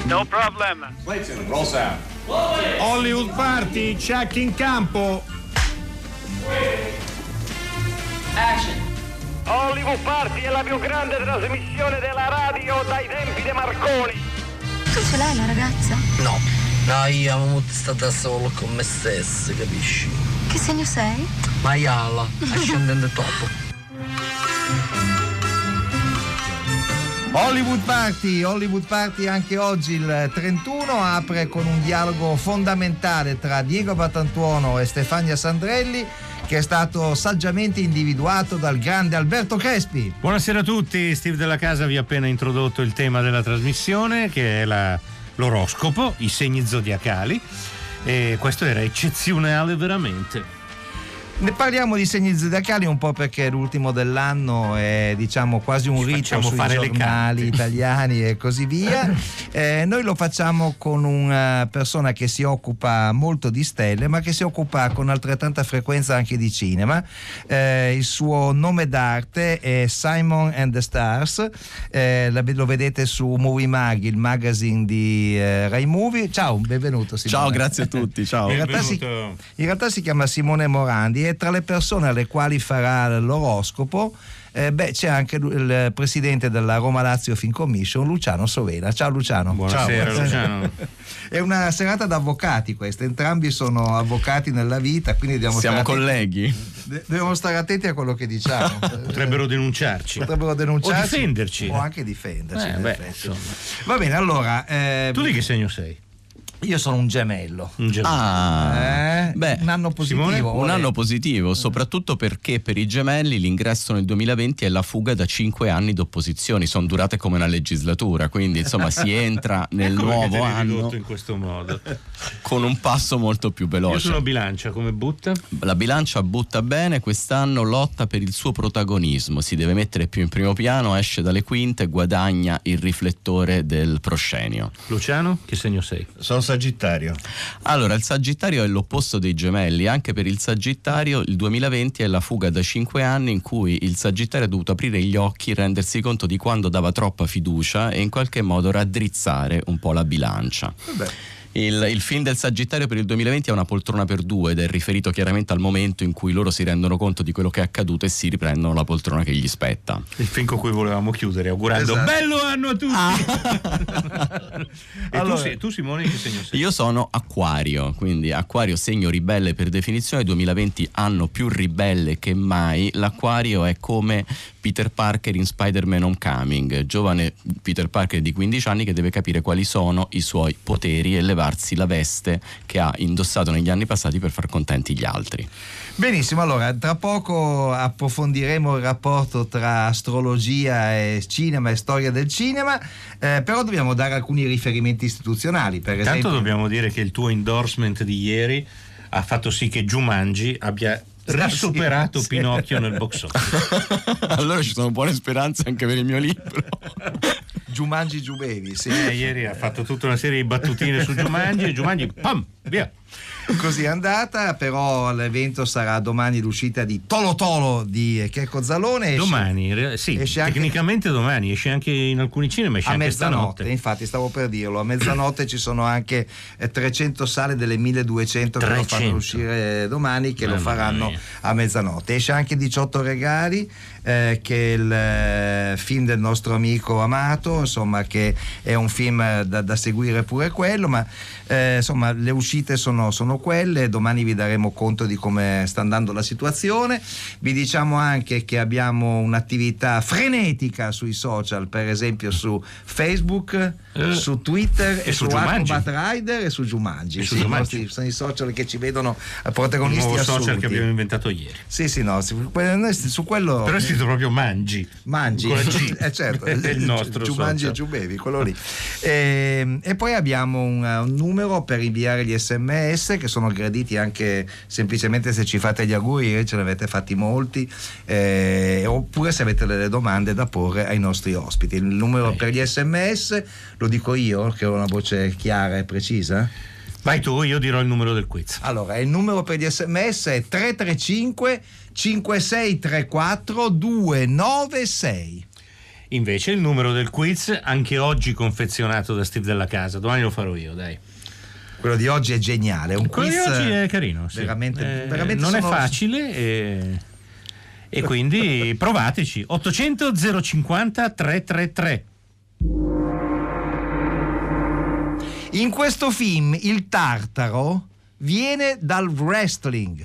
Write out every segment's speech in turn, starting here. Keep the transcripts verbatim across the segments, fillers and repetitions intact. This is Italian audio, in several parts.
No problem. Clayton, roll sound. Hollywood Party, check in campo. Action. Hollywood Party è la più grande trasmissione della radio dai tempi di Marconi. Tu ce l'hai la ragazza? No, no, io amo stata solo con me stessa, capisci? Che segno sei? Maiala, ascendente topo. Hollywood Party, Hollywood Party anche oggi il trentuno apre con un dialogo fondamentale tra Diego Battantuono e Stefania Sandrelli, che è stato saggiamente individuato dal grande Alberto Crespi. Buonasera a tutti, Steve Della Casa vi ha appena introdotto il tema della trasmissione, che è la, l'oroscopo, i segni zodiacali, e questo era eccezionale veramente. Ne parliamo di segni zodiacali un po' perché l'ultimo dell'anno è, diciamo, quasi un Ci rito facciamo sui fare le giornali carte italiani e così via. Eh, noi lo facciamo con una persona che si occupa molto di stelle, ma che si occupa con altrettanta frequenza anche di cinema. Eh, il suo nome d'arte è Simon and the Stars. Eh, lo vedete su Movie Mag, il magazine di eh, Rai Movie. Ciao, benvenuto Simone. Ciao, grazie a tutti. Ciao. In realtà, si, in realtà si chiama Simone Morandi. Tra le persone alle quali farà l'oroscopo eh, beh, c'è anche il presidente della Roma Lazio Film Commission, Luciano Sovena. Ciao Luciano. Buonasera. Ciao. Luciano. È una serata da avvocati questa, entrambi sono avvocati nella vita, quindi dobbiamo siamo stare colleghi attenti, dobbiamo stare attenti a quello che diciamo. Potrebbero denunciarci potrebbero denunciarci o difenderci o anche difenderci. eh, beh, va bene, allora eh, tu di che segno sei? Io sono un gemello. Un gemello. Ah, eh, beh, un anno positivo. Simone? Un anno positivo, soprattutto perché per i gemelli l'ingresso nel duemilaventi è la fuga da cinque anni di opposizioni, sono durate come una legislatura, quindi insomma si entra nel Ecco nuovo perché anno ridotto in questo modo, con un passo molto più veloce. Io sono bilancia, come butta? La bilancia butta bene, quest'anno lotta per il suo protagonismo, si deve mettere più in primo piano, esce dalle quinte e guadagna il riflettore del proscenio. Luciano, che segno sei? Sono Sagittario. Allora, il Sagittario è l'opposto dei gemelli. Anche per il Sagittario il duemilaventi è la fuga da cinque anni in cui il Sagittario ha dovuto aprire gli occhi, rendersi conto di quando dava troppa fiducia e in qualche modo raddrizzare un po' la bilancia. Vabbè. Il, il film del Sagittario per il duemilaventi è Una poltrona per due ed è riferito chiaramente al momento in cui loro si rendono conto di quello che è accaduto e si riprendono la poltrona che gli spetta. Il film con cui volevamo chiudere, augurando esatto. bello anno a tutti. Ah. E Allora, tu, tu Simone che segno sei? Io sono Acquario, quindi Acquario segno ribelle per definizione, duemilaventi anno più ribelle che mai. L'Acquario è come Peter Parker in Spider-Man Homecoming, giovane Peter Parker di quindici anni che deve capire quali sono i suoi poteri e levarsi la veste che ha indossato negli anni passati per far contenti gli altri. Benissimo, allora tra poco approfondiremo il rapporto tra astrologia e cinema e storia del cinema, eh, però dobbiamo dare alcuni riferimenti istituzionali. Per Intanto esempio, dobbiamo dire che il tuo endorsement di ieri ha fatto sì che Jumanji abbia risuperato sì, sì. Pinocchio nel box office. Allora ci sono buone speranze anche per il mio libro. Jumanji Giubevi, sì. Eh, ieri ha fatto tutta una serie di battutine su Jumanji e Jumanji, pam, via. Così è andata, però l'evento sarà domani l'uscita di Tolo Tolo di Checco Zalone. Esce, Domani, re- sì, esce anche- tecnicamente domani, esce anche in alcuni cinema, esce a anche mezzanotte, stanotte. infatti stavo per dirlo, a mezzanotte ci sono anche eh, trecento sale delle milleduecento che lo fanno trecento uscire domani, che Mamma lo faranno mia. a mezzanotte. Esce anche diciotto regali, eh, che è il eh, film del nostro amico Amato, insomma, che è un film da, da seguire pure quello, ma eh, insomma le uscite sono, sono quelle. Domani vi daremo conto di come sta andando la situazione. Vi diciamo anche che abbiamo un'attività frenetica sui social, per esempio su Facebook, Eh, su Twitter e e, su su Jumanji. Acrobat Rider e su Jumanji. E su Sì, Jumanji. i nostri- sono i social che ci vedono eh, Il protagonisti nuovo social assoluti. che abbiamo inventato ieri. Sì, sì, no, su, noi su quello Però è scritto proprio Mangi. Mangi, Con la G. eh certo, È il nostro Giumangi e social. Giubevi, quello lì. E, e poi abbiamo un, un numero per inviare gli sms che sono graditi anche semplicemente se ci fate gli auguri, ce ne avete fatti molti, eh, oppure se avete delle domande da porre ai nostri ospiti. Il numero Eh. per gli sms lo dico io, che ho una voce chiara e precisa. Vai tu, io dirò il numero del quiz. Allora, il numero per gli sms è tre tre cinque cinque sei tre quattro due nove sei. invece il numero del quiz, anche oggi confezionato da Steve Della Casa. Domani lo farò io, dai. Quello di oggi è geniale, è un Quello quiz di oggi è carino, sì. veramente, eh, veramente non sono... è facile e, e quindi provateci. ottocento zero cinquanta trecentotrentatré. In questo film il tartaro viene dal wrestling.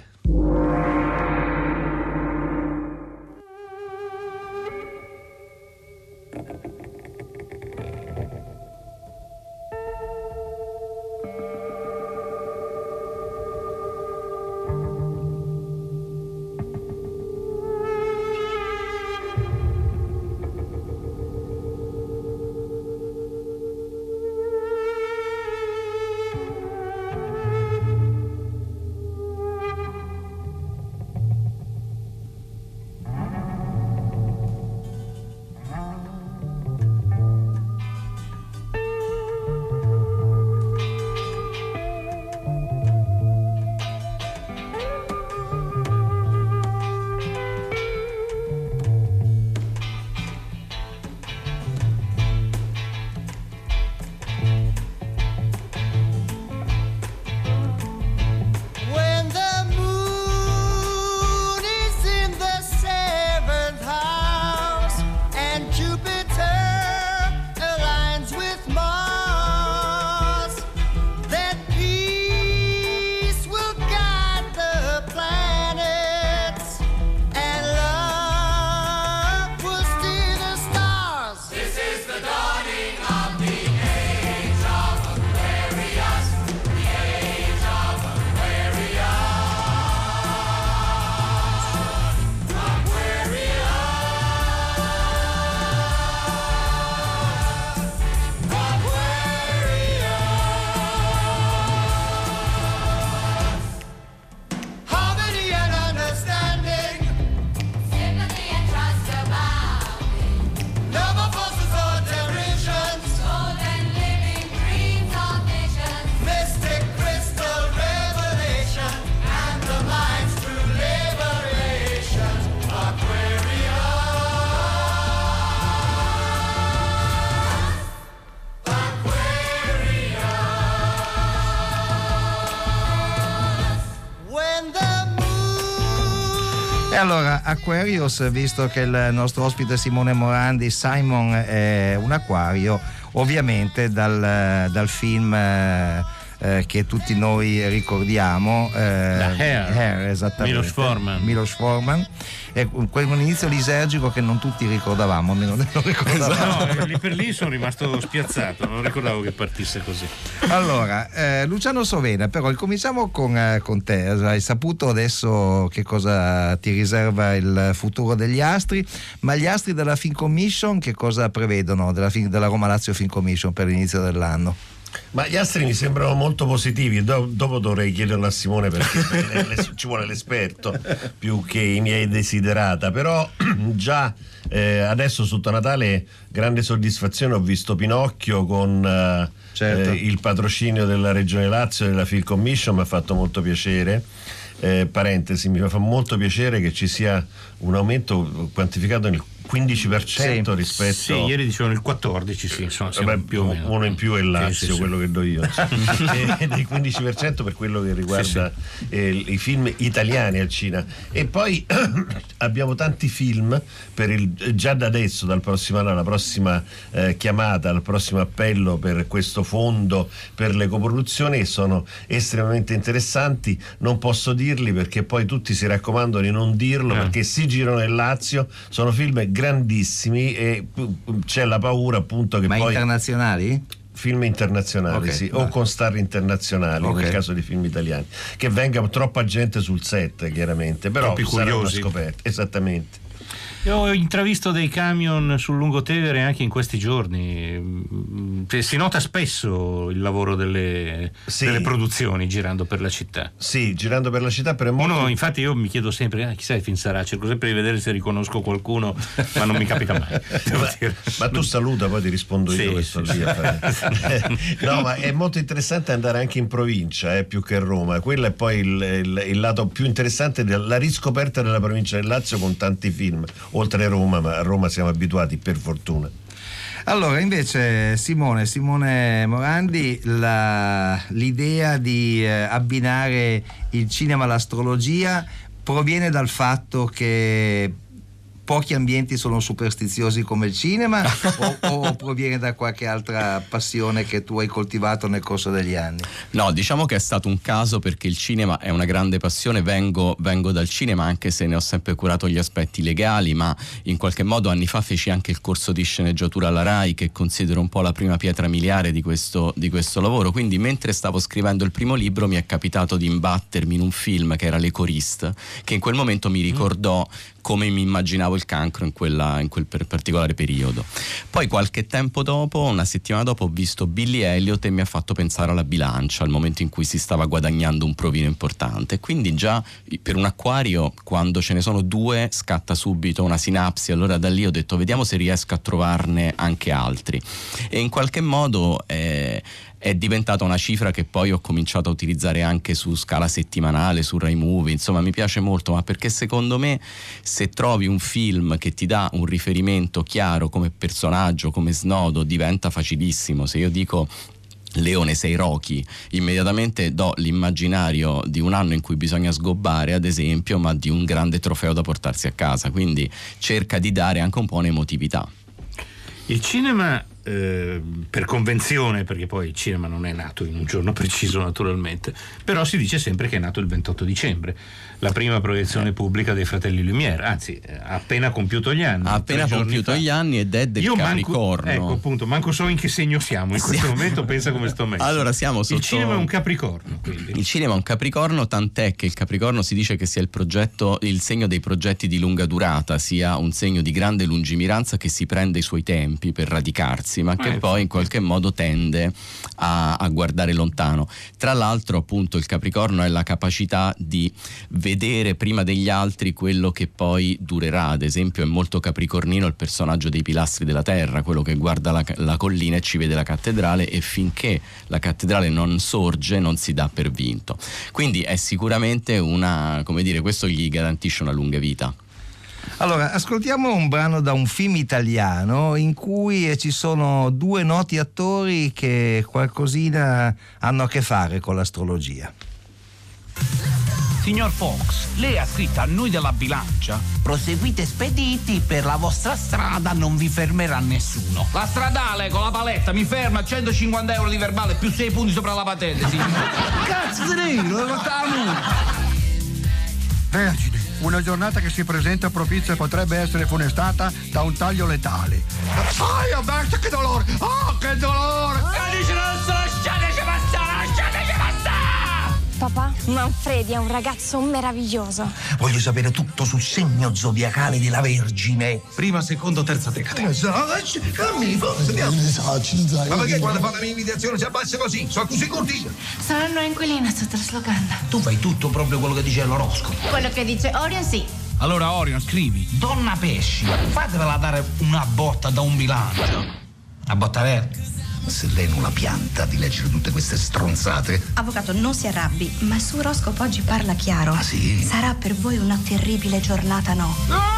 E allora Aquarius, visto che il nostro ospite Simone Morandi, Simon è un acquario, ovviamente dal, dal film eh, eh, che tutti noi ricordiamo, eh, Hair. Hair, esattamente, Milos Forman. Milos Forman, è un inizio lisergico che non tutti ricordavamo, almeno non ricordavamo. No, lì per lì sono rimasto spiazzato, non ricordavo che partisse così. Allora, eh, Luciano Sovena, però cominciamo con, eh, con te. Hai saputo adesso che cosa ti riserva il futuro degli astri, ma gli astri della Film Commission che cosa prevedono della, della Roma Lazio Film Commission per l'inizio dell'anno? Ma gli astri mi sembrano molto positivi. Do- dopo dovrei chiederlo a Simone perché le- le- ci vuole l'esperto più che i miei desiderata. Però già eh, adesso sotto Natale grande soddisfazione, ho visto Pinocchio con eh, Certo. eh, il patrocinio della Regione Lazio e della Film Commission, mi ha fatto molto piacere. Eh, parentesi, mi fa molto piacere che ci sia un aumento quantificato nel quindici per cento Sì. rispetto. Sì, ieri dicevano il quattordici, sì, insomma, siamo Vabbè, più o meno. uno in più è Lazio, Sì, sì, sì. quello che do io, e del quindici per cento per quello che riguarda Sì, eh, i film italiani al cinema. E poi abbiamo tanti film per il, già da adesso, dal prossimo anno, alla prossima eh, chiamata, al prossimo appello per questo fondo per le coproduzioni, che sono estremamente interessanti. Non posso dirli perché poi tutti si raccomandano di non dirlo, Eh. perché si girano nel Lazio, sono film grandissimi e c'è la paura appunto che Ma poi internazionali? film internazionali, Ok, sì, va. o con star internazionali, Ok. nel caso di film italiani, che venga troppa gente sul set, chiaramente, però Troppi sarà una curiosi. scoperta, esattamente. Io ho intravisto dei camion sul Lungotevere anche in questi giorni. Mm, cioè, si nota spesso il lavoro delle, Sì. delle produzioni girando per la città. Sì, girando per la città, però è molto... Uno, infatti, io mi chiedo sempre, ah, chissà il film sarà, cerco sempre di vedere se riconosco qualcuno, ma non mi capita mai. devo ma, dire. ma tu saluta, poi ti rispondo Sì, io che sto sì, lì a fare. No, ma è molto interessante andare anche in provincia, eh, più che a Roma. Quello è poi il, il- il lato più interessante della riscoperta della provincia del Lazio con tanti film. oltre a Roma, ma a Roma siamo abituati per fortuna. Allora, invece, Simone, Simone Morandi, la, l'idea di eh, abbinare il cinema all'astrologia proviene dal fatto che pochi ambienti sono superstiziosi come il cinema o, o proviene da qualche altra passione che tu hai coltivato nel corso degli anni? No, diciamo che è stato un caso, perché il cinema è una grande passione, vengo, vengo dal cinema, anche se ne ho sempre curato gli aspetti legali, ma in qualche modo anni fa feci anche il corso di sceneggiatura alla RAI, che considero un po' la prima pietra miliare di questo, di questo lavoro. Quindi mentre stavo scrivendo il primo libro mi è capitato di imbattermi in un film che era Le Choriste, che in quel momento mi ricordò come mi immaginavo il cancro in, quella, in quel per particolare periodo. Poi qualche tempo dopo, una settimana dopo, ho visto Billy Elliot e mi ha fatto pensare alla bilancia, al momento in cui si stava guadagnando un provino importante. Quindi già per un acquario, quando ce ne sono due, scatta subito una sinapsi. Allora da lì ho detto, vediamo se riesco a trovarne anche altri, e in qualche modo eh, è diventata una cifra che poi ho cominciato a utilizzare anche su scala settimanale, su Rai Movie. Insomma, mi piace molto, ma perché secondo me se trovi un film che ti dà un riferimento chiaro come personaggio, come snodo, diventa facilissimo. Se io dico Leone sei Rocky, immediatamente do l'immaginario di un anno in cui bisogna sgobbare, ad esempio, ma di un grande trofeo da portarsi a casa. Quindi cerca di dare anche un po' un'emotività. Il cinema, eh, per convenzione, perché poi il cinema non è nato in un giorno preciso naturalmente, però si dice sempre che è nato il ventotto dicembre, la prima proiezione pubblica dei Fratelli Lumière, anzi ha appena compiuto gli anni. Ha appena compiuto gli anni ed è del Io Capricorno. Manco, ecco appunto, manco so in che segno siamo in questo momento, pensa come sto messo. Allora siamo sotto... Il cinema è un Capricorno, quindi. Il cinema è un Capricorno, tant'è che il Capricorno si dice che sia il progetto, il segno dei progetti di lunga durata, sia un segno di grande lungimiranza che si prende i suoi tempi per radicarsi, ma che eh, poi in qualche modo tende a, a guardare lontano. Tra l'altro, appunto, il Capricorno è la capacità di vedere prima degli altri quello che poi durerà. Ad esempio è molto capricornino il personaggio dei Pilastri della Terra, quello che guarda la, la collina e ci vede la cattedrale, e finché la cattedrale non sorge non si dà per vinto. Quindi è sicuramente una, come dire, questo gli garantisce una lunga vita. Allora, ascoltiamo un brano da un film italiano in cui ci sono due noti attori che qualcosina hanno a che fare con l'astrologia. Signor Fox, lei ha scritto a noi della bilancia: proseguite spediti, per la vostra strada non vi fermerà nessuno. La stradale con la paletta mi ferma, centocinquanta euro di verbale più sei punti sopra la patente, signor. Cazzo di lei, lo Vergine, una giornata che si presenta propizia potrebbe essere funestata da un taglio letale. Aia, Berta, che dolore! Oh, che dolore! Lasciateci passare, lasciateci passare! Papà, Manfredi è un ragazzo meraviglioso. Voglio sapere tutto sul segno zodiacale della Vergine. Prima, secondo, terza decade. Fammi, ma perché quando fa la mia imitazione si abbassa così? Sono così cortile. Sono inquilina, sto traslocando. Tu fai tutto proprio quello che dice l'oroscopo. Quello che dice Orion, sì. Allora, Orion, scrivi: Donna Pesci, fatevela dare una botta da un bilancio. Una botta verde. Se lei non la pianta di leggere tutte queste stronzate. Avvocato, non si arrabbi, ma il suo oroscopo oggi parla chiaro. Ah, sì? Sarà per voi una terribile giornata, no?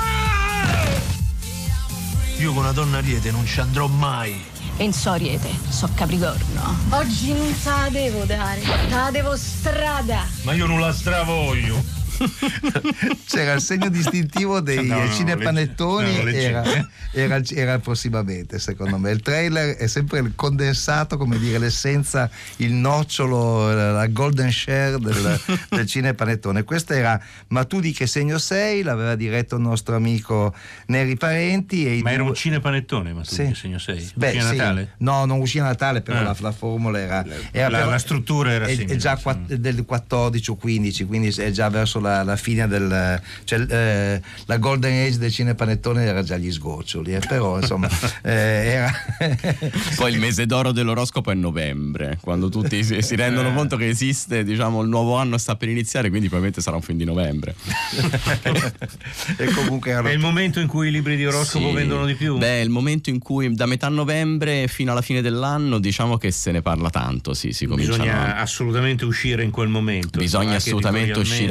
Io con una donna Ariete non ci andrò mai. In so Ariete, so Capricorno. Oggi non te la devo dare, te la devo strada. Ma io non la stravoglio. C'era il segno distintivo dei no, no, cinepanettoni, no, era, era, era prossimamente, secondo me. Il trailer è sempre il condensato, come dire, l'essenza, il nocciolo, la golden share del, del cinepanettone. Questo era Ma tu di che segno sei? L'aveva diretto il nostro amico Neri Parenti. E ma i era due... un cinepanettone, ma tu sì. di che segno sei? Beh, uscì a sì. Natale? No, non uscì a Natale, però ah. la, la formula era, era la, però, la struttura era è, simile, è già quatt- del quattordici o quindici, quindi è già verso la, la fine del, cioè, eh, la golden age del cinepanettone era già agli sgoccioli, eh, però insomma eh, era poi il mese d'oro dell'oroscopo è novembre, quando tutti si, si rendono conto che esiste, diciamo, il nuovo anno sta per iniziare, quindi probabilmente sarà un film di novembre. E comunque era... è il momento in cui i libri di oroscopo sì. vendono di più. Beh, è il momento in cui da metà novembre fino alla fine dell'anno, diciamo che se ne parla tanto, sì, si comincia. Bisogna a... assolutamente uscire in quel momento. Bisogna assolutamente uscire ai primi di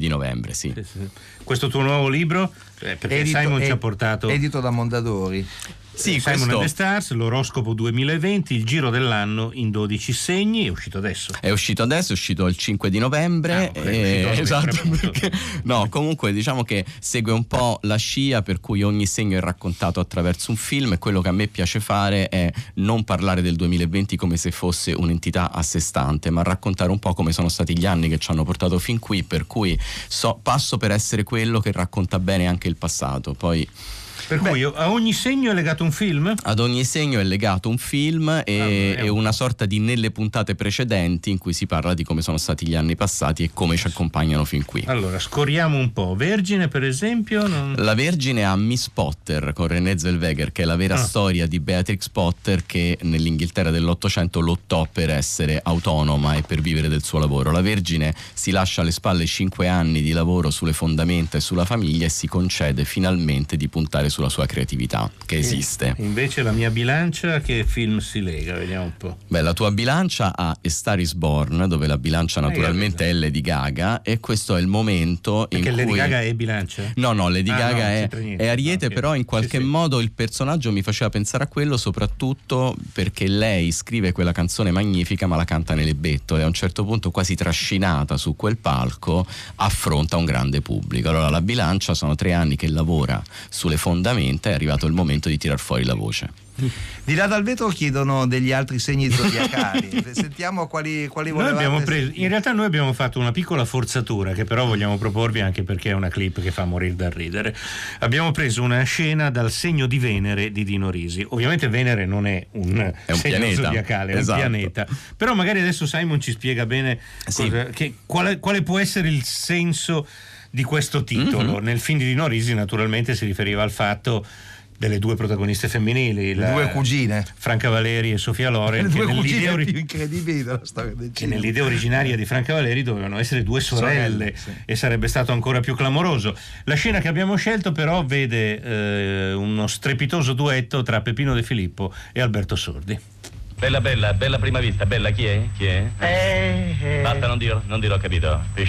di novembre, sì. Sì, sì. Questo tuo nuovo libro, eh, perché edito, Simon ed, ci ha portato... Edito da Mondadori. Sì, Simon questo... and the Stars, l'oroscopo duemilaventi, il giro dell'anno in dodici segni, è uscito adesso. È uscito adesso, è uscito il cinque di novembre. Ah, okay, e... Esatto, perché... No, comunque diciamo che segue un po' la scia per cui ogni segno è raccontato attraverso un film, e quello che a me piace fare è non parlare del duemilaventi come se fosse un'entità a sé stante, ma raccontare un po' come sono stati gli anni che ci hanno portato fin qui, per cui so, passo per essere quello che racconta bene anche il passato. Poi Per Beh, cui a ogni segno è legato un film? Ad ogni segno è legato un film e, ah, e una sorta di nelle puntate precedenti in cui si parla di come sono stati gli anni passati e come ci accompagnano fin qui. Allora, scorriamo un po'. Vergine, per esempio? Non... La Vergine ha Miss Potter con Renée Zellweger, che è la vera ah. storia di Beatrix Potter, che nell'Inghilterra dell'Ottocento lottò per essere autonoma e per vivere del suo lavoro. La Vergine si lascia alle spalle cinque anni di lavoro sulle fondamenta e sulla famiglia e si concede finalmente di puntare sulla sua creatività, che e esiste. Invece la mia bilancia, che film si lega? Vediamo un po'. Beh, la tua bilancia ha A Star is Born, dove la bilancia naturalmente eh, è Lady Gaga, e questo è il momento Perché in Lady cui... Gaga è bilancia? No, no, Lady ah, Gaga no, è, niente, è Ariete, no, okay. Però in qualche sì, modo sì. il personaggio mi faceva pensare a quello, soprattutto perché lei scrive quella canzone magnifica ma la canta nelle bettole, a un certo punto quasi trascinata su quel palco affronta un grande pubblico. Allora la bilancia sono tre anni che lavora sulle fondamenta, è arrivato il momento di tirar fuori la voce. Di là dal vetro chiedono degli altri segni zodiacali. Sentiamo quali, quali noi volevate. abbiamo preso, in realtà noi abbiamo fatto una piccola forzatura che però vogliamo proporvi, anche perché è una clip che fa morire dal ridere. Abbiamo preso una scena dal segno di Venere di Dino Risi. Ovviamente Venere non è un, è un segno pianeta. zodiacale, è Esatto. un pianeta. Però magari adesso Simon ci spiega bene sì. cosa, che, quale, quale può essere il senso di questo titolo. Mm-hmm. Nel film di Dino Risi naturalmente si riferiva al fatto delle due protagoniste femminili, le la, due cugine, Franca Valeri e Sofia Loren, le che, due nell'idea, cugine ori- più incredibili della storia del che nell'idea originaria di Franca Valeri dovevano essere due sorelle, sorelle sì. e sarebbe stato ancora più clamoroso. La scena che abbiamo scelto però vede eh, uno strepitoso duetto tra Peppino De Filippo e Alberto Sordi. Bella, bella, bella prima vista, bella, chi è? Chi è? Eh, eh. Basta, non dirò, non dirò, capito? Eh,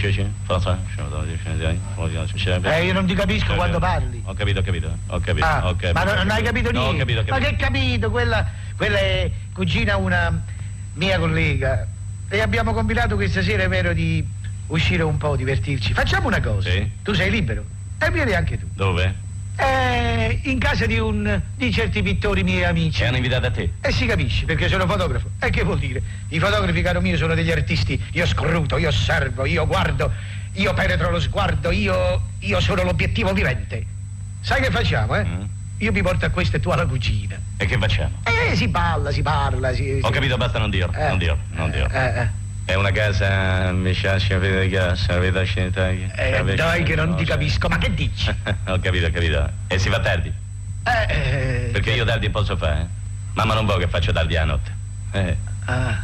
io non ti capisco quando parli. Ho capito, ho capito, ho capito. Ah, ho capito ma non, ho non hai capito no, niente? Ho capito, ho capito. Ma che capito? Quella, quella è cugina una mia collega. E abbiamo combinato questa sera, è vero, di uscire un po', divertirci. Facciamo una cosa. Sì? Tu sei libero? E vieni anche tu. Dove? Eh, in casa di un di certi pittori miei amici. E hanno invitato a te? E si capisce, perché sono fotografo. E che vuol dire? I fotografi, caro mio, sono degli artisti. Io scruto, io osservo, io guardo, io penetro lo sguardo, io, io sono l'obiettivo vivente. Sai che facciamo, eh? Mm. Io mi porto a questa e tu alla cugina. E che facciamo? Eh, si balla, si parla, si... Ho si... capito, basta, non dirò, eh. non dirò, non dirò. Eh, eh. È una casa, mi piace vedere casa, avete scelta. Eh, dai che non ti capisco, ma che dici? Ho capito, ho capito. E si va tardi? Eh, eh Perché io tardi posso fare, eh? Mamma non vuole che faccio tardi a notte. Eh. Ah.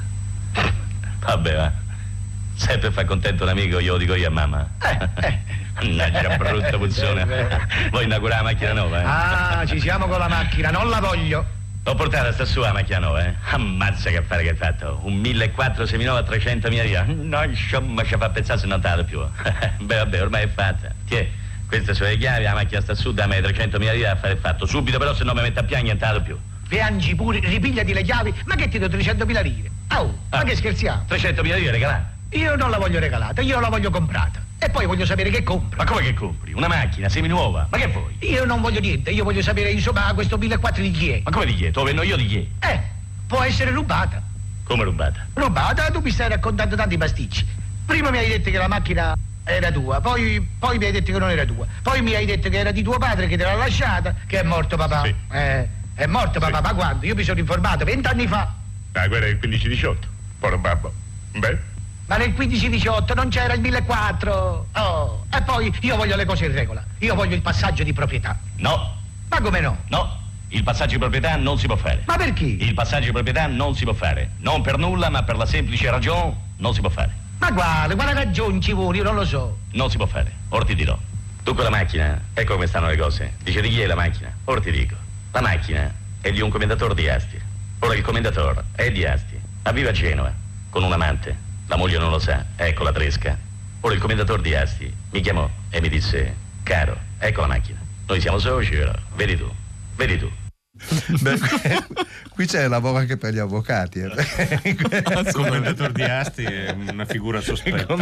Vabbè, va. Se per far contento un amico io lo dico io a mamma. Eh, eh. Mannaggia, brutta pulsione. Vuoi inaugurare la macchina nuova, eh? Ah, ci siamo con la macchina, non la voglio. L'ho portata sta sua macchina nuova, eh? Ammazza che affare che hai fatto. Un millequattrocento seminova a trecentomila lire. No, insomma, ci fa pensare se non te la do più. Beh, vabbè, ormai è fatta. Tiè, queste sono le chiavi, la macchina sta su, dammi trecentomila lire, affare fatto. Subito però, se no mi metto a piangere, non te la do più. Piangi pure, ripigliati le chiavi, ma che ti do trecentomila lire? Oh, ah, ma che scherziamo? trecentomila lire regalate? Io non la voglio regalata, io la voglio comprata. E poi voglio sapere che compri. Ma come che compri? Una macchina seminuova? Ma che vuoi? Io non voglio niente, io voglio sapere, insomma, questo millequattrocento di chi è. Ma come di chi è? Te lo vendo io di chi è? Eh, può essere rubata. Come rubata? Rubata? Tu mi stai raccontando tanti pasticci. Prima mi hai detto che la macchina era tua, poi, poi mi hai detto che non era tua, poi mi hai detto che era di tuo padre, che te l'ha lasciata, che è morto papà. Sì. Eh, è morto papà, sì. Ma quando? Io mi sono informato vent'anni fa. Ah, quella è il quindici diciotto. Poro babbo. Beh. Ma nel quindici diciotto non c'era il millequattrocento. Oh, e poi io voglio le cose in regola. Io voglio il passaggio di proprietà. No. Ma come no? No. Il passaggio di proprietà non si può fare. Ma perché? Il passaggio di proprietà non si può fare. Non per nulla, ma per la semplice ragione non si può fare. Ma quale? Quale ragione ci vuole? Io non lo so. Non si può fare. Ora ti dirò. Tu quella macchina, ecco come stanno le cose. Dice di chi è la macchina? Ora ti dico. La macchina è di un commendatore di Asti. Ora il commendatore è di Asti. Vive a Genova con un amante. La moglie non lo sa, ecco la tresca. Ora il commendatore di Asti mi chiamò e mi disse: caro, ecco la macchina, noi siamo soci, però vedi tu, vedi tu. Beh, qui c'è lavoro anche per gli avvocati. Eh. Il commendatore di Asti è una figura sospetta.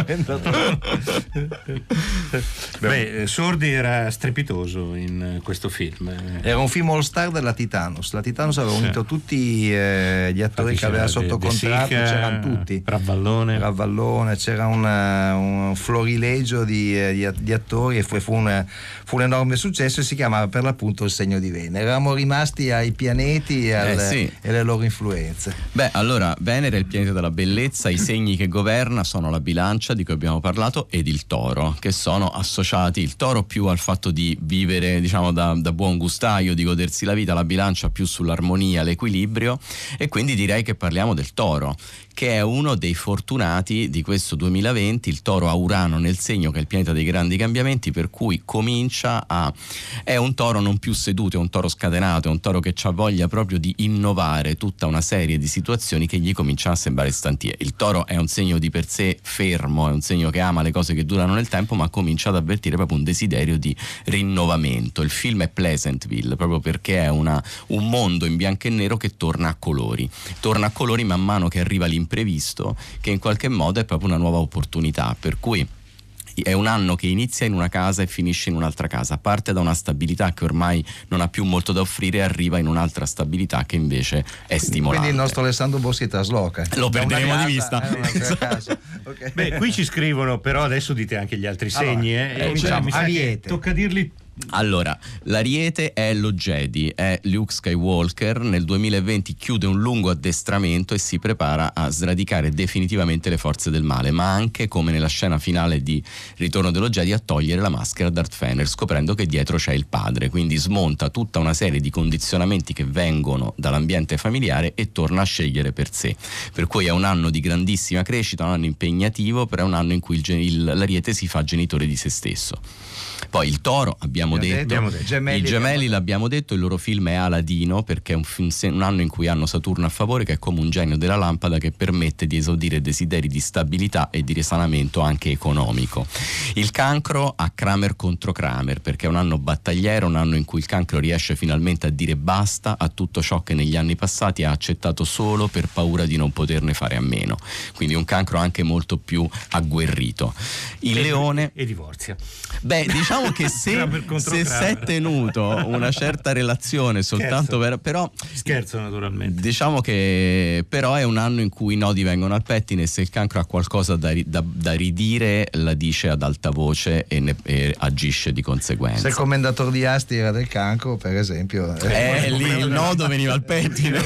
Beh, Sordi era strepitoso in questo film. Era un film all star della Titanus. La Titanus aveva unito sì. tutti eh, gli attori Infatti che aveva sotto De, contratto, De Sica, c'erano tutti. Ravallone. Ravallone, c'era una, un florilegio di, di, di attori e fu, fu, una, fu un enorme successo e si chiamava per l'appunto Il segno di Venere. Eravamo rimasti ai pianeti e, al, eh sì. e alle loro influenze. Beh, allora Venere è il pianeta della bellezza, i segni che governa sono la bilancia di cui abbiamo parlato ed il toro, che sono associati, il toro più al fatto di vivere, diciamo, da, da buon gustaio, di godersi la vita, la bilancia più sull'armonia, l'equilibrio, e quindi direi che parliamo del toro, che è uno dei fortunati di questo duemilaventi. Il toro ha Urano nel segno, che è il pianeta dei grandi cambiamenti, per cui comincia a è un toro non più seduto, è un toro scatenato, è un toro che ha voglia proprio di innovare tutta una serie di situazioni che gli cominciano a sembrare stantie. Il toro è un segno di per sé fermo, è un segno che ama le cose che durano nel tempo, ma comincia ad avvertire proprio un desiderio di rinnovamento. Il film è Pleasantville, proprio perché è una, un mondo in bianco e nero che torna a colori torna a colori man mano che arriva l'imprevisto, che in qualche modo è proprio una nuova opportunità, per cui è un anno che inizia in una casa e finisce in un'altra casa, parte da una stabilità che ormai non ha più molto da offrire e arriva in un'altra stabilità che invece è stimolante. Quindi il nostro Alessandro Boschi trasloca. Lo perderemo di vista. Esatto. Okay. Beh, qui ci scrivono, però adesso dite anche gli altri allora, segni. Eh. Eh, diciamo, mi sa che tocca dirli. Allora, l'Ariete è lo Jedi, è Luke Skywalker. Nel duemilaventi chiude un lungo addestramento e si prepara a sradicare definitivamente le forze del male, ma anche, come nella scena finale di Ritorno dello Jedi, a togliere la maschera a Darth Vader, scoprendo che dietro c'è il padre. Quindi smonta tutta una serie di condizionamenti che vengono dall'ambiente familiare e torna a scegliere per sé. Per cui è un anno di grandissima crescita, un anno impegnativo, però è un anno in cui il, il, l'Ariete si fa genitore di se stesso. Poi il toro, abbiamo detto, abbiamo detto. Gemelli, i gemelli abbiamo l'abbiamo detto, il loro film è Aladino, perché è un, film, un anno in cui hanno Saturno a favore, che è come un genio della lampada che permette di esaudire desideri di stabilità e di risanamento anche economico. Il Cancro ha Kramer contro Kramer, perché è un anno battagliero, un anno in cui il Cancro riesce finalmente a dire basta a tutto ciò che negli anni passati ha accettato solo per paura di non poterne fare a meno. Quindi un Cancro anche molto più agguerrito. Il e, Leone e divorzia. Beh, diciamo che se, se si è tenuto una certa relazione soltanto per, però scherzo naturalmente, diciamo che però è un anno in cui i nodi vengono al pettine e se il Cancro ha qualcosa da, da, da ridire la dice ad alta voce e, ne, e agisce di conseguenza. Se il commendatore di Asti era del Cancro, per esempio, eh, lì il nodo veniva al pettine.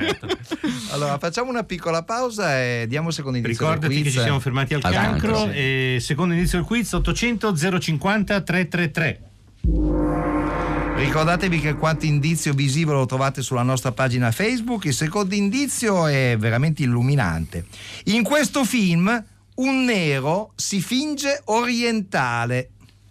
Allora facciamo una piccola pausa e diamo il secondo inizio. Ricordati del quiz. che ci siamo fermati al, al Cancro, cancro sì. E secondo inizio del quiz ottocento zero cinquanta trecentotrentatré. Ricordatevi che il quarto indizio visivo lo trovate sulla nostra pagina Facebook. Il secondo indizio è veramente illuminante. In questo film un nero si finge orientale.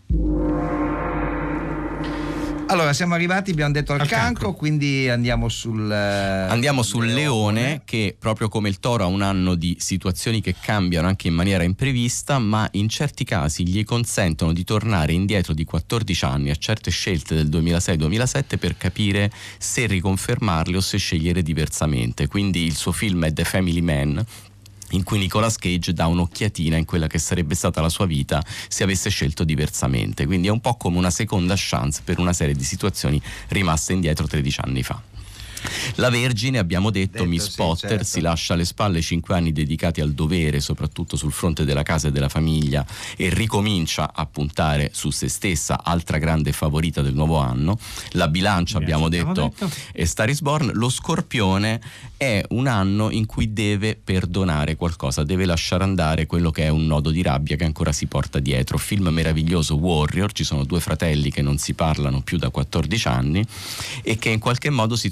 Allora siamo arrivati, abbiamo detto al, al cancro, cancro, quindi andiamo sul andiamo sul leone. leone, che proprio come il toro ha un anno di situazioni che cambiano anche in maniera imprevista, ma in certi casi gli consentono di tornare indietro di quattordici anni a certe scelte del duemilasei duemilasette per capire se riconfermarle o se scegliere diversamente. Quindi il suo film è The Family Man, in cui Nicolas Cage dà un'occhiatina in quella che sarebbe stata la sua vita se avesse scelto diversamente, quindi è un po' come una seconda chance per una serie di situazioni rimaste indietro tredici anni fa. La Vergine, abbiamo detto, detto Miss sì, Potter, certo. Si lascia alle spalle cinque anni dedicati al dovere, soprattutto sul fronte della casa e della famiglia, e ricomincia a puntare su se stessa, altra grande favorita del nuovo anno. La Bilancia, abbiamo detto, detto, è Star is Born. Lo Scorpione è un anno in cui deve perdonare qualcosa, deve lasciare andare quello che è un nodo di rabbia che ancora si porta dietro. Film meraviglioso, Warrior, ci sono due fratelli che non si parlano più da quattordici anni e che in qualche modo si trovano per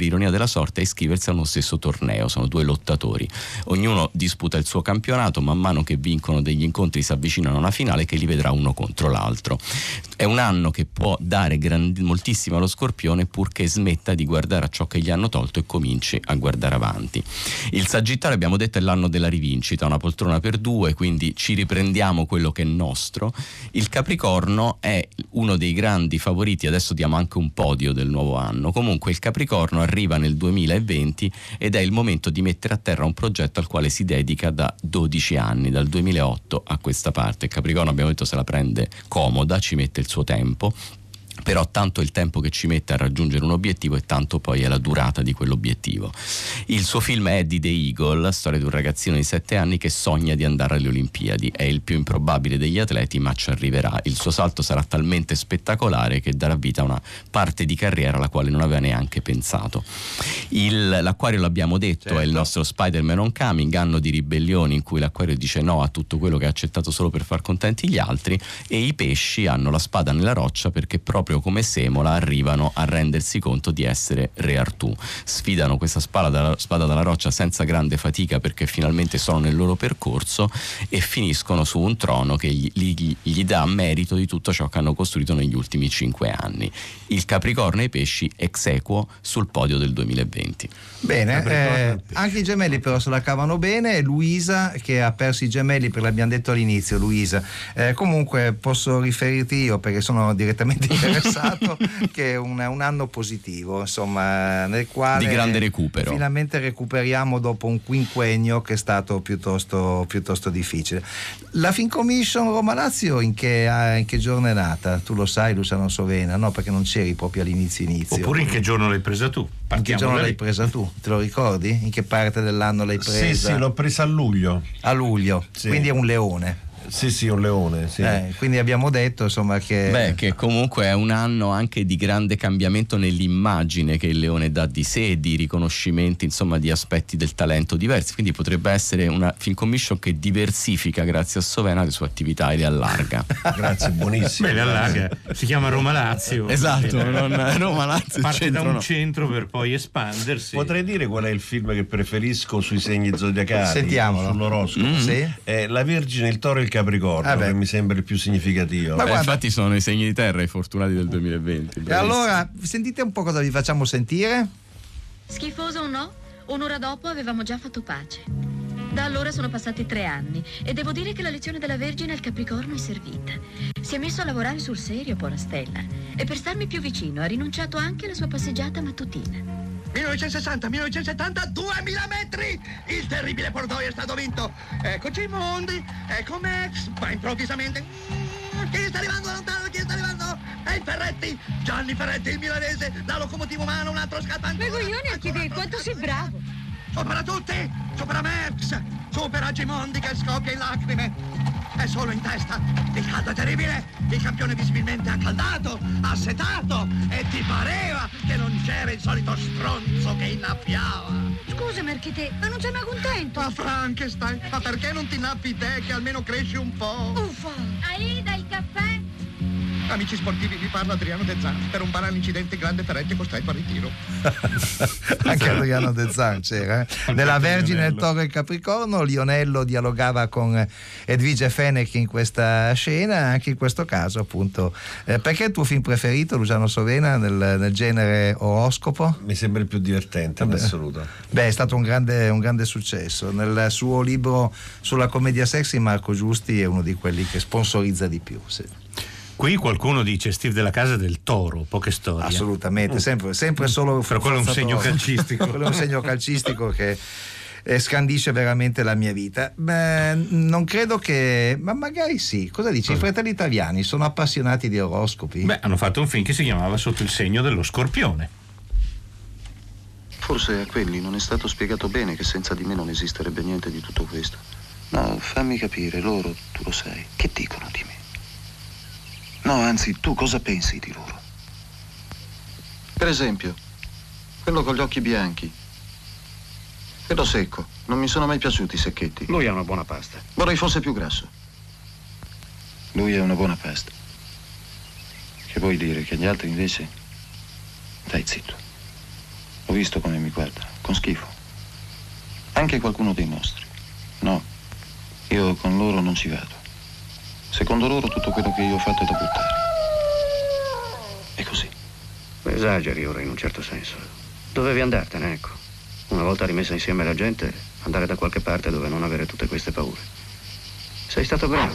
per ironia della sorte a iscriversi a uno stesso torneo. Sono due lottatori, ognuno disputa il suo campionato, man mano che vincono degli incontri si avvicinano a una finale che li vedrà uno contro l'altro. È un anno che può dare grandi, moltissimo allo Scorpione, purché smetta di guardare a ciò che gli hanno tolto e cominci a guardare avanti. Il Sagittario, abbiamo detto, è l'anno della rivincita, una poltrona per due, quindi ci riprendiamo quello che è nostro. Il Capricorno è uno dei grandi favoriti, adesso diamo anche un podio del nuovo anno. Comunque il Capricorno arriva nel duemilaventi ed è il momento di mettere a terra un progetto al quale si dedica da dodici anni, dal duemilaotto a questa parte. Il Capricorno, abbiamo detto, se la prende comoda, ci mette il suo tempo, però tanto il tempo che ci mette a raggiungere un obiettivo e tanto poi è la durata di quell'obiettivo. Il suo film è Eddie the Eagle, storia di un ragazzino di sette anni che sogna di andare alle Olimpiadi. È il più improbabile degli atleti, ma ci arriverà. Il suo salto sarà talmente spettacolare che darà vita a una parte di carriera alla quale non aveva neanche pensato. Il, l'Acquario, l'abbiamo detto, certo, è il nostro Spider-Man Homecoming, anno di ribellioni in cui l'Acquario dice no a tutto quello che ha accettato solo per far contenti gli altri, e i Pesci hanno la spada nella roccia perché proprio come Semola arrivano a rendersi conto di essere Re Artù. Sfidano questa spada dalla, spada dalla roccia senza grande fatica perché finalmente sono nel loro percorso e finiscono su un trono che gli, gli, gli dà merito di tutto ciò che hanno costruito negli ultimi cinque anni. Il Capricorno e i Pesci ex equo sul podio del duemilaventi. Bene, eh, anche i gemelli però se la cavano bene. Luisa, che ha perso i gemelli, perché l'abbiamo detto all'inizio, Luisa, eh, comunque posso riferirti io perché sono direttamente interessato che è un, un anno positivo, insomma, nel quale di grande recupero finalmente recuperiamo dopo un quinquennio che è stato piuttosto, piuttosto difficile. La Film Commission Roma Lazio in che, in che giorno è nata? Tu lo sai, Luciano Sovena? No, perché non c'eri proprio all'inizio inizio. Oppure in che giorno l'hai presa tu? Partiamo in che giorno l'hai presa tu? Te lo ricordi? In che parte dell'anno l'hai presa? Sì, sì, l'ho presa a luglio. A luglio, sì. Quindi è un leone. Sì, sì, un leone, sì. Eh, quindi abbiamo detto insomma che beh, che comunque è un anno anche di grande cambiamento nell'immagine che il leone dà di sé, di riconoscimenti, insomma, di aspetti del talento diversi, quindi potrebbe essere una Film Commission che diversifica, grazie a Sovena, le sue attività e le allarga. Grazie, buonissimo. Beh, le allarga, si chiama Roma Lazio. Esatto, non Roma Lazio parte centro, da un no. centro per poi espandersi. Potrei dire qual è il film che preferisco sui segni zodiacali? Sentiamolo. Sull'oroscopo. Mm. Sì? È La Vergine, il Toro e il Capricorno, ah che mi sembra il più significativo. Ma eh, infatti sono i segni di terra, i fortunati del duemilaventi. E allora sentite un po' cosa vi facciamo sentire. Schifoso o no, un'ora dopo avevamo già fatto pace. Da allora sono passati tre anni e devo dire che la lezione della Vergine al Capricorno è servita. Si è messo a lavorare sul serio, Porastella, e per starmi più vicino ha rinunciato anche alla sua passeggiata mattutina. millenovecentosessanta millenovecentosettanta, duemila metri! Il terribile Portoio è stato vinto. Eccoci i mondi, ecco Max, ma improvvisamente... Chi sta arrivando da lontano? Chi sta arrivando? È il Ferretti, Gianni Ferretti, il milanese, la locomotiva umana, un altro scatto ancora. Begoglione a chiedere quanto sei bravo. Supera tutti, supera Max, supera Gimondi che scoppia in lacrime. È solo in testa, il caldo è terribile, il campione visibilmente accaldato, assetato, e ti pareva che non c'era il solito stronzo che innaffiava. Scusa Marchete, ma non sei mai contento? Ma Frankenstein, ma perché non ti innaffi te che almeno cresci un po'? Uffa! Aida, il caffè? Amici sportivi, vi parla Adriano De Zan. Per un banale incidente grande Ferretti è costretto al ritiro. Anche Adriano De Zan c'era, eh? Nella Vergine, il Toro e il Capricorno, Lionello dialogava con Edvige Fenech in questa scena, anche in questo caso appunto. Eh, perché è il tuo film preferito, Luciano Sovena, nel, nel genere oroscopo? Mi sembra il più divertente, in assoluto. Beh, è stato un grande, un grande successo. Nel suo libro sulla commedia sexy, Marco Giusti è uno di quelli che sponsorizza di più, sì. Qui qualcuno dice Steve della Casa del Toro, poche storie. Assolutamente, sempre, sempre solo. Però quello è un segno calcistico. Quello è un segno calcistico che eh, scandisce veramente la mia vita. Beh, non credo che. Ma magari sì. Cosa dici? I Fratelli Italiani sono appassionati di oroscopi? Beh, hanno fatto un film che si chiamava Sotto il segno dello Scorpione. Forse a quelli non è stato spiegato bene che senza di me non esisterebbe niente di tutto questo. No, fammi capire, loro, tu lo sai, che dicono di me? No, anzi, tu cosa pensi di loro? Per esempio, quello con gli occhi bianchi. Quello secco. Non mi sono mai piaciuti i secchetti. Lui è una buona pasta. Vorrei fosse più grasso. Lui è una buona pasta. Che vuoi dire? Che gli altri invece? Dai zitto. Ho visto come mi guarda, con schifo. Anche qualcuno dei nostri. No, io con loro non ci vado. Secondo loro tutto quello che io ho fatto è da buttare. È così. Esageri ora in un certo senso. Dovevi andartene, ecco. Una volta rimessa insieme la gente, andare da qualche parte dove non avere tutte queste paure. Sei stato bravo.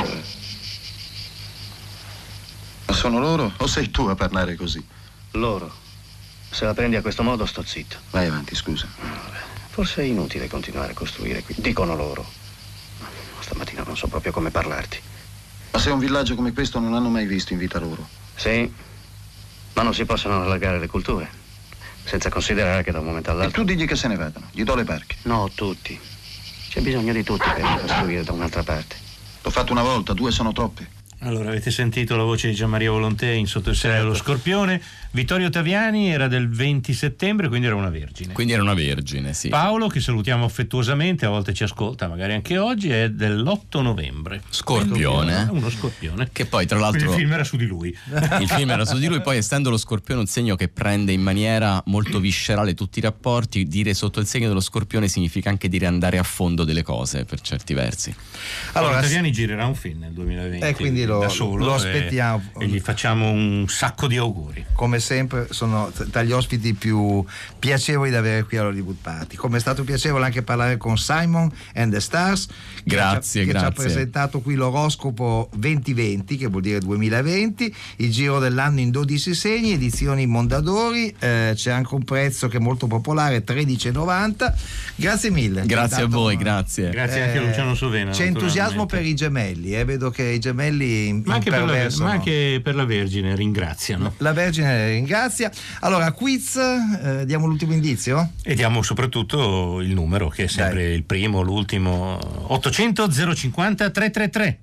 Ma sono loro o sei tu a parlare così? Loro. Se la prendi a questo modo sto zitto. Vai avanti, scusa. Forse è inutile continuare a costruire qui. Dicono loro. Stamattina non so proprio come parlarti. Ma se un villaggio come questo non hanno mai visto in vita loro? Sì, ma non si possono allargare le culture, senza considerare che da un momento all'altro... E tu digli che se ne vadano, gli do le barche. No, tutti. C'è bisogno di tutti per costruire da un'altra parte. L'ho fatto una volta, due sono troppe. Allora, avete sentito la voce di Gianmaria Volonté in Sotto il seno dello Scorpione. Vittorio Taviani era del venti settembre, quindi era una vergine. Quindi era una vergine, sì. Paolo, che salutiamo affettuosamente, a volte ci ascolta, magari anche oggi, è dell'otto novembre. Scorpione. Uno scorpione. Che poi, tra l'altro... Quindi il film era su di lui. Il film era su di lui, poi essendo lo Scorpione un segno che prende in maniera molto viscerale tutti i rapporti, dire sotto il segno dello Scorpione significa anche dire andare a fondo delle cose, per certi versi. Allora, Taviani girerà un film nel duemilaventi. E quindi lo, da solo, lo aspettiamo e, e gli facciamo un sacco di auguri. Come sempre sono tra gli ospiti più piacevoli da avere qui all'Hollywood Party. Come è stato piacevole anche parlare con Simon and the Stars, grazie, che, ci ha, grazie. che ci ha presentato qui l'oroscopo duemilaventi, che vuol dire duemilaventi, il giro dell'anno in dodici segni, edizioni Mondadori. Eh, c'è anche un prezzo che è molto popolare, tredici e novanta. Grazie mille. Grazie Intanto, a voi, grazie. Grazie eh, anche a Luciano Sovena. C'è entusiasmo per i gemelli, eh? Vedo che i gemelli ma anche, per la, ma anche per la Vergine ringraziano. La Vergine ringrazia. Allora, quiz, eh, diamo l'ultimo indizio? E diamo soprattutto il numero, che è sempre Dai. il primo, l'ultimo. Ottocento zero cinquanta trecentotrentatré.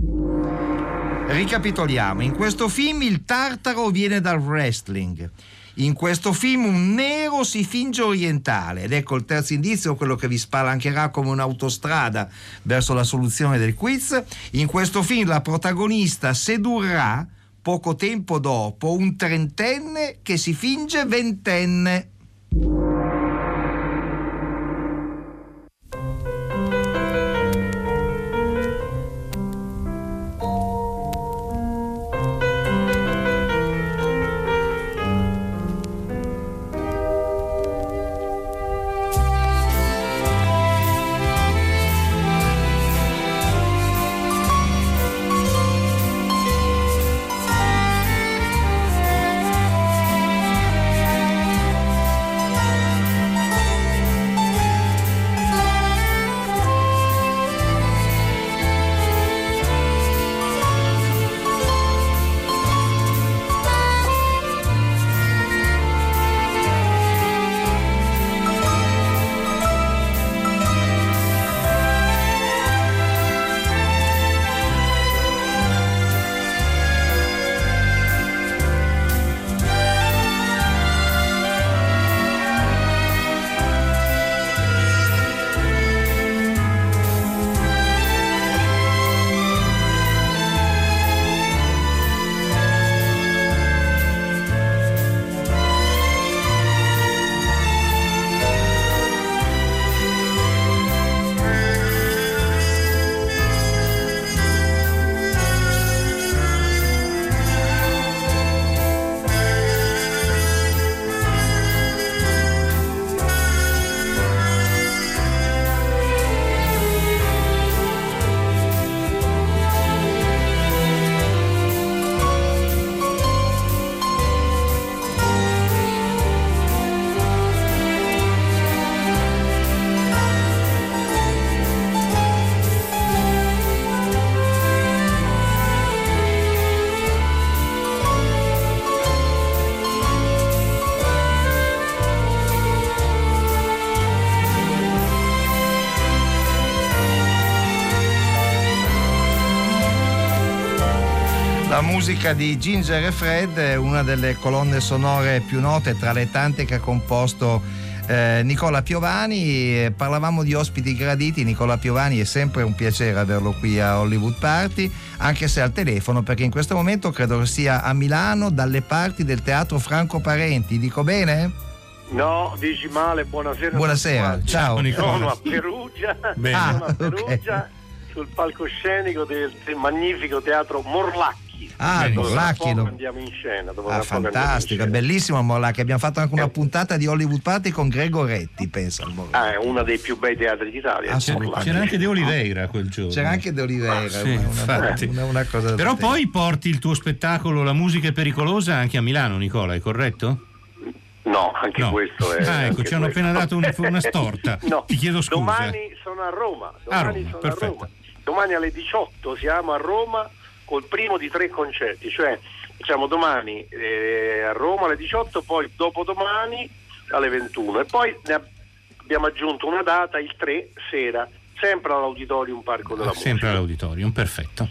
Ricapitoliamo, in questo film il tartaro viene dal wrestling. In questo film un nero si finge orientale, ed ecco il terzo indizio, quello che vi spalancherà come un'autostrada verso la soluzione del quiz. In questo film la protagonista sedurrà poco tempo dopo un trentenne che si finge ventenne. La musica di Ginger e Fred è una delle colonne sonore più note tra le tante che ha composto eh, Nicola Piovani. Parlavamo di ospiti graditi. Nicola Piovani è sempre un piacere averlo qui a Hollywood Party, anche se al telefono, perché in questo momento credo che sia a Milano, dalle parti del Teatro Franco Parenti. Dico bene? No, dici male, buonasera. Buonasera, ciao. Sono a Perugia, Bene. sono a Ah, Perugia ok. sul palcoscenico del, del magnifico teatro Morlacchi. Ah, Dove Morlacchi, tra poco no? andiamo in scena. dove Ah, tra poco andiamo in fantastico, scena. bellissimo il Morlacchi. Abbiamo fatto anche una puntata di Hollywood Party con Gregoretti, pensa al Morlacchi. Ah, è uno dei più bei teatri d'Italia. Ah, il c'era- Morlacchi. C'era anche De Oliveira quel giorno. C'era anche De Oliveira, Ah, sì, una, infatti. una, una cosa da Però tempo. poi porti il tuo spettacolo La musica è pericolosa anche a Milano, Nicola, è corretto? No, anche No. questo è. Ah, ecco, anche ci hanno questo. appena dato un- una storta. No, Ti chiedo scusa. Domani sono a Roma. Domani Roma, sono perfetto. a Roma. Domani alle diciotto siamo a Roma col primo di tre concerti, cioè facciamo domani eh, a Roma alle diciotto, poi dopodomani alle ventuno e poi ne ab- abbiamo aggiunto una data il tre sera, sempre all'Auditorium Parco della Musica. Sempre all'auditorium, perfetto.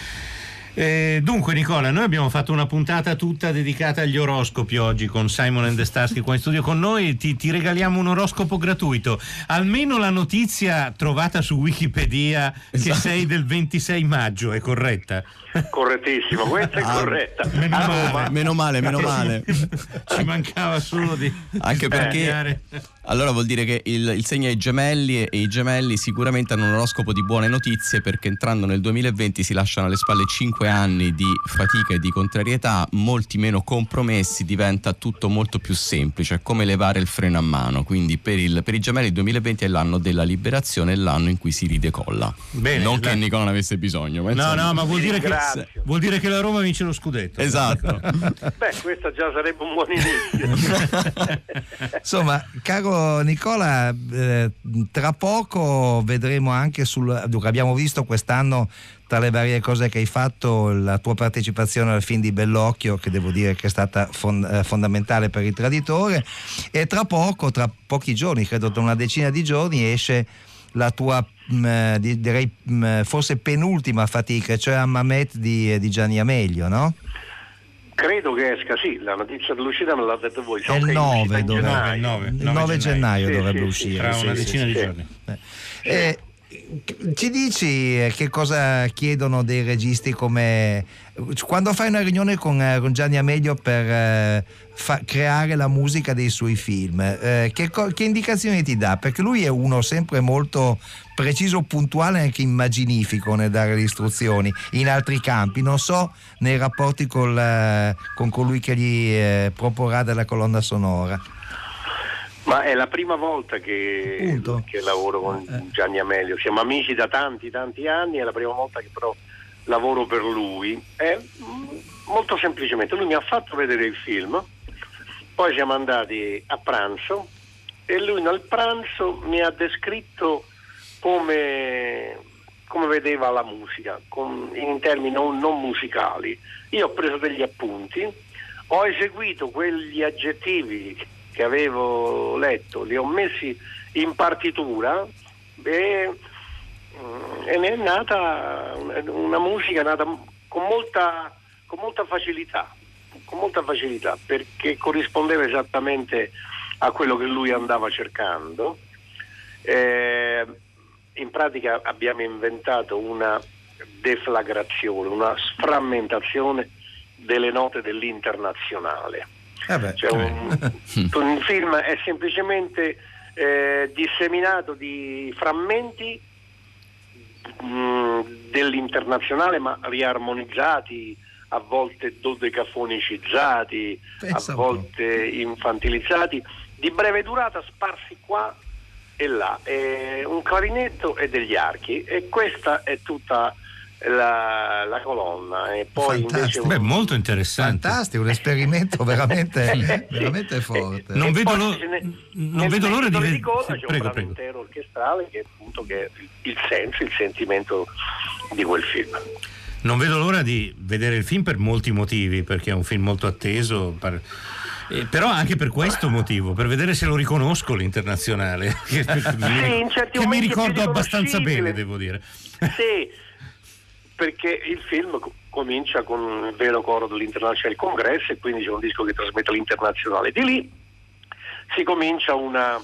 Eh, dunque Nicola, noi abbiamo fatto una puntata tutta dedicata agli oroscopi oggi con Simon and the Starsky qua in studio con noi. Ti, ti regaliamo un oroscopo gratuito, almeno la notizia trovata su Wikipedia che sei del ventisei maggio è corretta? Correttissimo, questa è Ah, corretta. meno A male. Roma. Meno male, meno male. Ci mancava solo di Anche perché cambiare. allora vuol dire che il, il segno è i gemelli e i gemelli sicuramente hanno un oroscopo di buone notizie, perché entrando nel duemilaventi si lasciano alle spalle cinque anni di fatica e di contrarietà, molti meno compromessi, diventa tutto molto più semplice, è come levare il freno a mano. Quindi per, il, per i gemelli il duemilaventi è l'anno della liberazione, è l'anno in cui si ridecolla. Bene, non la- che Nicola ne avesse bisogno, ma No, insomma. no, ma vuol dire, che, Ringrazio. vuol dire che la Roma vince lo scudetto. Esatto. Beh, questo già sarebbe un buon inizio. Insomma, caro Nicola, eh, tra poco vedremo anche sul. Dunque, abbiamo visto quest'anno, tra le varie cose che hai fatto, la tua partecipazione al film di Bellocchio, che devo dire che è stata fon- eh, fondamentale per Il Traditore, e tra poco, tra pochi giorni, credo tra una decina di giorni, esce la tua mh, di- direi mh, forse penultima fatica, cioè a Mamet di, di Gianni Amelio, no? Credo che esca, sì, la notizia dell'uscita me l'ha detto voi. So È il che è nove, uscita in dovrebbe- gennaio. il nove, il nove gennaio Sì, dovrebbe sì, uscire, tra sì, una sì, decina sì, di sì. giorni. Eh, ci dici eh, che cosa chiedono dei registi, come quando fai una riunione con, eh, con Gianni Amelio per eh, fa- creare la musica dei suoi film, eh, che, co- che indicazioni ti dà? Perché lui è uno sempre molto preciso, puntuale e anche immaginifico nel dare le istruzioni in altri campi, non so nei rapporti col, eh, con colui che gli eh, proporrà della colonna sonora. Ma è la prima volta che, Punto. che lavoro con Gianni Amelio. Siamo amici da tanti tanti anni, è la prima volta che però lavoro per lui. È mm, molto semplicemente, lui mi ha fatto vedere il film, poi siamo andati a pranzo e lui nel pranzo mi ha descritto come, come vedeva la musica, con, in termini non, non musicali. Io ho preso degli appunti, ho eseguito quegli aggettivi che avevo letto, li ho messi in partitura e, e ne è nata una musica nata con molta, con molta facilità, con molta facilità, perché corrispondeva esattamente a quello che lui andava cercando. Eh, in pratica abbiamo inventato una deflagrazione, una sframmentazione delle note dell'internazionale. Eh beh, Cioè un, un film è semplicemente eh, disseminato di frammenti mh, dell'internazionale, ma riarmonizzati, a volte dodecafonicizzati, Pensa a un po'. volte infantilizzati, di breve durata, sparsi qua e là, eh, un clarinetto e degli archi, e questa è tutta la, la colonna. E poi invece Fantastico. Beh, molto interessante. Fantastico, un esperimento veramente, veramente forte. Non E vedo poi l'ora ce ne- non nel vedo l'ora di titolo vedere. coda c'è Sì, un prego, brano prego. intero orchestrale che appunto che è il, il senso, il sentimento di quel film. Non vedo l'ora di vedere il film per molti motivi, perché è un film molto atteso, per- eh, però anche per questo motivo, per vedere se lo riconosco l'internazionale, che, Sì, in certi che mi momenti è più ricordo abbastanza riconoscibile. bene, devo dire. Sì, perché il film co- comincia con il vero coro dell'International Congress e quindi c'è un disco che trasmette l'internazionale. Di lì si comincia una,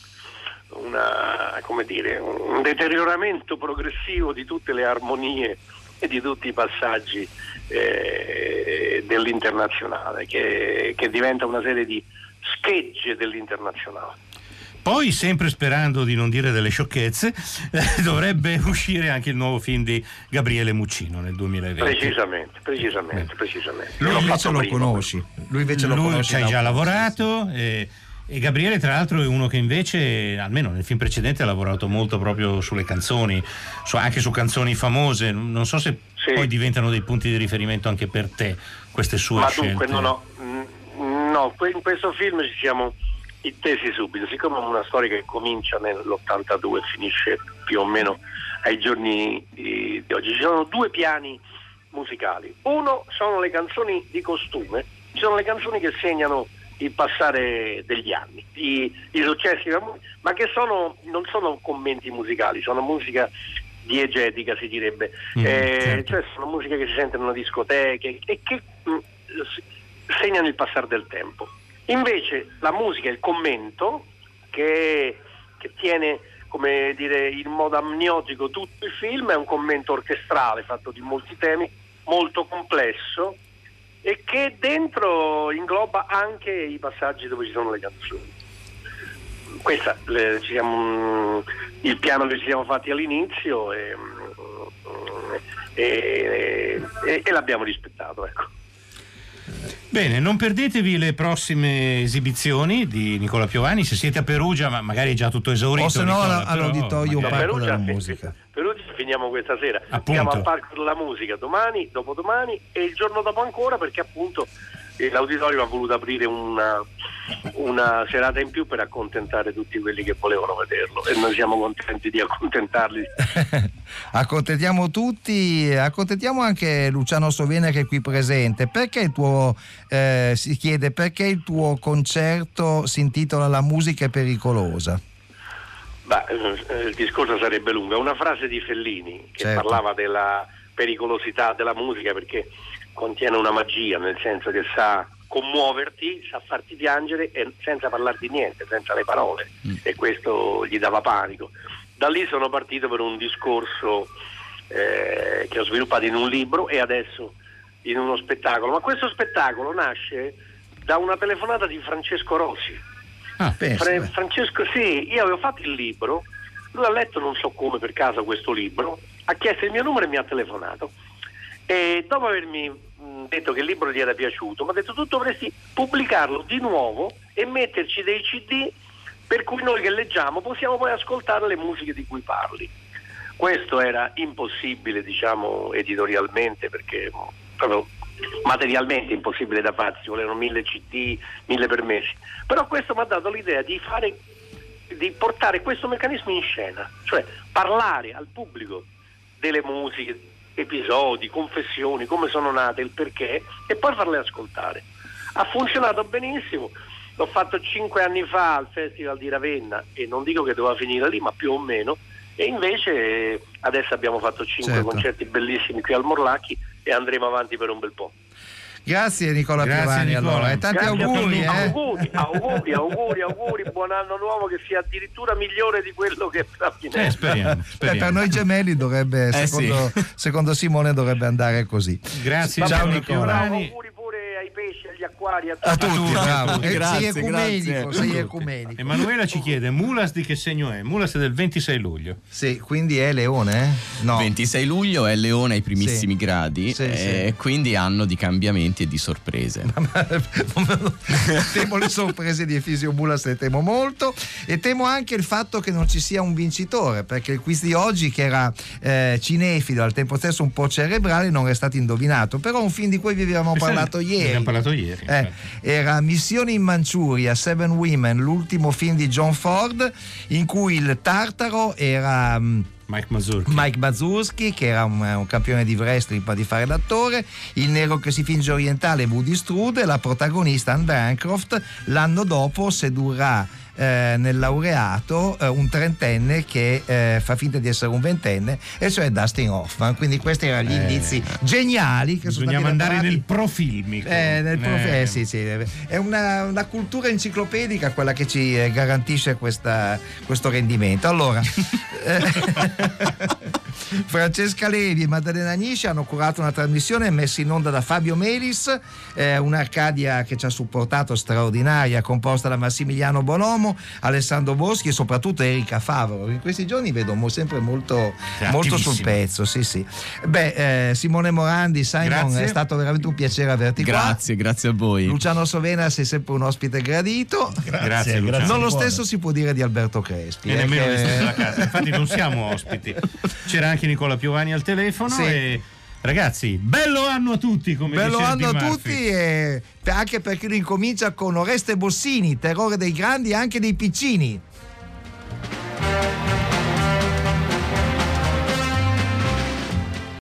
una come dire, un deterioramento progressivo di tutte le armonie e di tutti i passaggi eh, dell'internazionale, che, che diventa una serie di schegge dell'internazionale. Poi, sempre sperando di non dire delle sciocchezze, eh, dovrebbe uscire anche il nuovo film di Gabriele Muccino nel duemilaventi. Precisamente, precisamente, precisamente. Lui L'ho invece fatto lo prima. conosci. Lui invece lo Lui conosci. ci hai da già un po'. lavorato e, e Gabriele tra l'altro è uno che invece, almeno nel film precedente, ha lavorato molto proprio sulle canzoni, su, anche su canzoni famose. Non so se Sì. poi diventano dei punti di riferimento anche per te queste sue Ma scelte. dunque, no, no, mm, no, que- in questo film ci siamo intesi subito, siccome è una storia che comincia nell'ottantadue e finisce più o meno ai giorni di, di oggi. Ci sono due piani musicali. Uno sono le canzoni di costume, ci sono le canzoni che segnano il passare degli anni, i, i successi, ma che sono non sono commenti musicali, sono musica diegetica, si direbbe, Mm, eh, certo. cioè sono musiche che si sentono in discoteche e che mh, segnano il passare del tempo. Invece la musica, il commento che, che tiene, come dire, in modo amniotico tutto il film, è un commento orchestrale fatto di molti temi, molto complesso e che dentro ingloba anche i passaggi dove ci sono le canzoni. Questo è il piano che ci siamo fatti all'inizio e, e, e, e l'abbiamo rispettato, ecco. Bene, non perdetevi le prossime esibizioni di Nicola Piovani. Se siete a Perugia, ma magari è già tutto esaurito. O se no Nicola, all'Auditorio però magari- Parco della Perugia, Musica. Perugia finiamo questa sera. Appunto. Siamo al Parco della Musica domani, dopodomani e il giorno dopo ancora, perché appunto eh, l'Auditorio ha voluto aprire una, una serata in più per accontentare tutti quelli che volevano vederlo e noi siamo contenti di accontentarli. Accontentiamo tutti, accontentiamo anche Luciano Sovena che è qui presente. Perché il tuo eh, si chiede perché il tuo concerto si intitola La musica è pericolosa? Beh, eh, il discorso sarebbe lungo. Una frase di Fellini che Certo. parlava della pericolosità della musica perché contiene una magia, nel senso che sa commuoverti, sa farti piangere e senza parlare di niente, senza le parole, e questo gli dava panico. Da lì sono partito per un discorso eh, che ho sviluppato in un libro e adesso in uno spettacolo, ma questo spettacolo nasce da una telefonata di Francesco Rossi. Ah, Fra- Francesco, sì, io avevo fatto il libro, lui ha letto non so come per caso questo libro, ha chiesto il mio numero e mi ha telefonato e dopo avermi mh, detto che il libro gli era piaciuto mi ha detto tu dovresti pubblicarlo di nuovo e metterci dei C D per cui noi che leggiamo possiamo poi ascoltare le musiche di cui parli. Questo era impossibile, diciamo, editorialmente, perché mh, proprio materialmente impossibile da fare, ci volevano mille C D, mille permessi, però questo mi ha dato l'idea di fare, di portare questo meccanismo in scena, cioè parlare al pubblico delle musiche, episodi, confessioni, come sono nate, il perché, e poi farle ascoltare. Ha funzionato benissimo, l'ho fatto cinque anni fa al Festival di Ravenna e non dico che doveva finire lì, ma più o meno, e invece adesso abbiamo fatto cinque Certo. concerti bellissimi qui al Morlacchi e andremo avanti per un bel po'. Grazie Nicola Grazie, Piovani, Nicola. allora, e tanti Grazie a auguri, tutti. eh. auguri, auguri, auguri, auguri, buon anno nuovo, che sia addirittura migliore di quello che sta finendo. Eh, speriamo, Beh, speriamo. per noi gemelli dovrebbe, Eh, secondo, sì. secondo Simone dovrebbe andare così. Grazie, Ciao Nicola Nicola. Piovani. Auguri pure ai pesci, agli acquari, a A tutti. tutti, bravo. E Grazie, sei ecumenico, grazie. sei ecumenico. Emanuela ci chiede Mulas di che segno è? Mulas è del ventisei luglio. Sì, quindi è Leone, eh? No. ventisei luglio è Leone ai primissimi Sì. gradi Sì, e sì. quindi anno di cambiamenti e di sorprese. Temo le sorprese di Efisio Mulas, le temo molto, e temo anche il fatto che non ci sia un vincitore, perché il quiz di oggi, che era eh, cinefilo al tempo stesso un po' cerebrale, non è stato indovinato. Però un film di cui vi avevamo Questo parlato ne ieri, abbiamo parlato ieri, eh, infatti. era Missione in Manciuria, Seven Women, l'ultimo film di John Ford, in cui il tartaro era mh, Mike Mazurki. Mike Mazurski, che era un, un campione di wrestling per di fare l'attore, il nero che si finge orientale Woody Strode, la protagonista Anne Bancroft. L'anno dopo sedurrà eh, nel laureato eh, un trentenne che eh, fa finta di essere un ventenne, e cioè Dustin Hoffman. Quindi questi erano gli Eh, indizi geniali che sono stati Bisognava andare elaborati. nel profilmico. Eh, nel prof- Eh. eh, sì, sì. È una, una cultura enciclopedica quella che ci eh, garantisce questa, questo rendimento. Allora, eh, Francesca Levi e Maddalena Agnisci hanno curato una trasmissione messa in onda da Fabio Melis, eh, un'Arcadia che ci ha supportato straordinaria, composta da Massimiliano Bonomo, Alessandro Boschi e soprattutto Erika Favaro. In questi giorni vedo mo- sempre molto, molto sul pezzo. Sì, sì. Beh, eh, Simone Morandi, Simon, Grazie. è stato veramente un piacere averti qua. Grazie, grazie a voi. Luciano Sovena, sei sempre un ospite gradito. Grazie, Luciano. Non lo Buono. stesso si può dire di Alberto Crespi. E eh, nemmeno che- di stare alla casa. Infatti non siamo ospiti. C'era anche Nicola Piovani al telefono. Sì. E ragazzi, bello anno a tutti, come Bello dice anno Eddie a Murphy. tutti, e anche per chi lo incomincia con Oreste Bossini, terrore dei grandi e anche dei piccini.